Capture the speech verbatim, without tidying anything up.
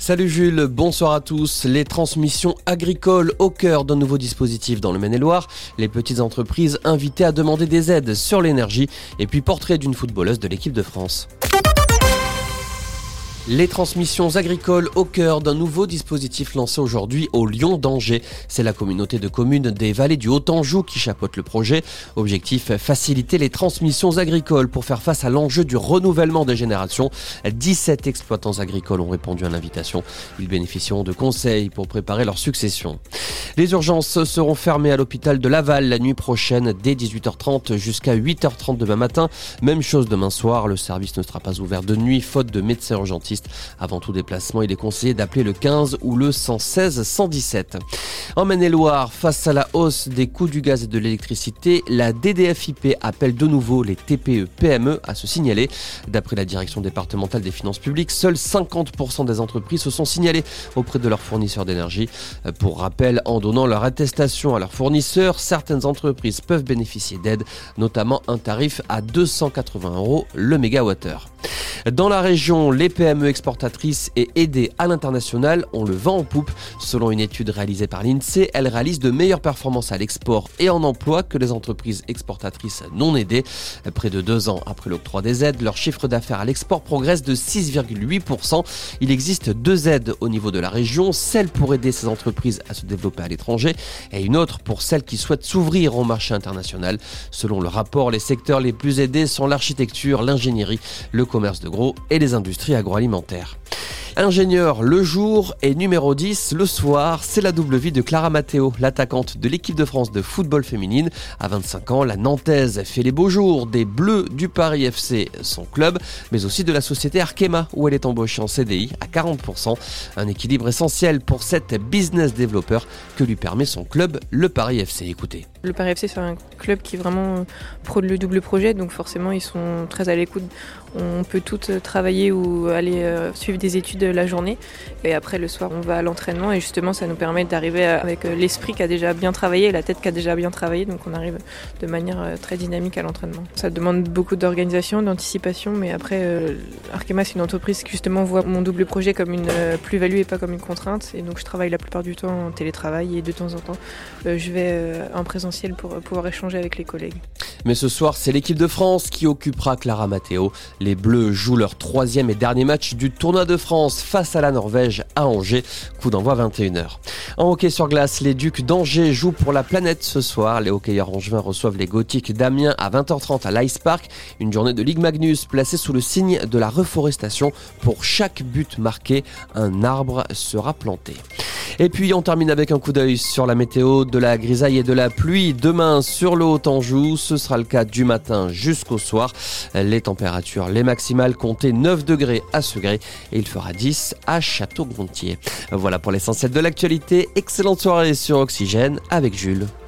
Salut Jules, bonsoir à tous. Les transmissions agricoles au cœur d'un nouveau dispositif dans le Maine-et-Loire. Les petites entreprises invitées à demander des aides sur l'énergie. Et puis portrait d'une footballeuse de l'équipe de France. Les transmissions agricoles au cœur d'un nouveau dispositif lancé aujourd'hui au Lion d'Angers. C'est la communauté de communes des vallées du Haut-Anjou qui chapeaute le projet. Objectif, faciliter les transmissions agricoles pour faire face à l'enjeu du renouvellement des générations. dix-sept exploitants agricoles ont répondu à l'invitation. Ils bénéficieront de conseils pour préparer leur succession. Les urgences seront fermées à l'hôpital de Laval la nuit prochaine dès dix-huit heures trente jusqu'à huit heures trente demain matin. Même chose demain soir, le service ne sera pas ouvert de nuit faute de médecins urgentistes. Avant tout déplacement, il est conseillé d'appeler le quinze ou le cent seize cent dix-sept. En Maine-et-Loire, face à la hausse des coûts du gaz et de l'électricité, la D D F I P appelle de nouveau les T P E P M E à se signaler. D'après la direction départementale des finances publiques, seuls cinquante pour cent des entreprises se sont signalées auprès de leurs fournisseurs d'énergie. Pour rappel, en donnant leur attestation à leurs fournisseurs, certaines entreprises peuvent bénéficier d'aides, notamment un tarif à deux cent quatre-vingts euros le mégawattheure. Dans la région, les P M E exportatrices et aidées à l'international ont le vent en poupe. Selon une étude réalisée par l'INSEE, elles réalisent de meilleures performances à l'export et en emploi que les entreprises exportatrices non aidées. Près de deux ans après l'octroi des aides, leur chiffre d'affaires à l'export progresse de six virgule huit pour cent. Il existe deux aides au niveau de la région, celle pour aider ces entreprises à se développer à l'étranger et une autre pour celles qui souhaitent s'ouvrir au marché international. Selon le rapport, les secteurs les plus aidés sont l'architecture, l'ingénierie, le commerce de gros et les industries agroalimentaires. Ingénieur le jour et numéro dix le soir, c'est la double vie de Clara Matteo, l'attaquante de l'équipe de France de football féminine. À vingt-cinq ans, la Nantaise fait les beaux jours des Bleus du Paris F C, son club, mais aussi de la société Arkema, où elle est embauchée en C D I à quarante pour cent. Un équilibre essentiel pour cette business developer que lui permet son club, le Paris F C. Écoutez. Le Paris F C, c'est un club qui vraiment prône le double projet, donc forcément ils sont très à l'écoute. On peut toutes travailler ou aller euh, suivre des études la journée et après le soir on va à l'entraînement et justement ça nous permet d'arriver avec l'esprit qui a déjà bien travaillé et la tête qui a déjà bien travaillé, donc on arrive de manière très dynamique à l'entraînement. Ça demande beaucoup d'organisation, d'anticipation, mais après euh, Arkema c'est une entreprise qui justement voit mon double projet comme une euh, plus-value et pas comme une contrainte, et donc je travaille la plupart du temps en télétravail et de temps en temps euh, je vais euh, en présentiel pour euh, pouvoir échanger avec les collègues. Mais ce soir c'est l'équipe de France qui occupera Clara Matteo. Les Bleus jouent leur troisième et dernier match du tournoi de France face à la Norvège à Angers. Coup d'envoi vingt et une heures. En hockey sur glace, les Ducs d'Angers jouent pour la planète ce soir. Les hockeyeurs angevins reçoivent les Gothiques d'Amiens à vingt heures trente à l'Ice Park. Une journée de Ligue Magnus placée sous le signe de la reforestation. Pour chaque but marqué, un arbre sera planté. Et puis on termine avec un coup d'œil sur la météo, de la grisaille et de la pluie. Demain sur le Haut-Anjou, ce sera le cas du matin jusqu'au soir. Les températures, les maximales, comptez neuf degrés à Segré et il fera dix à Château-Gontier. Voilà pour l'essentiel de l'actualité. Excellente soirée sur Oxygène avec Jules.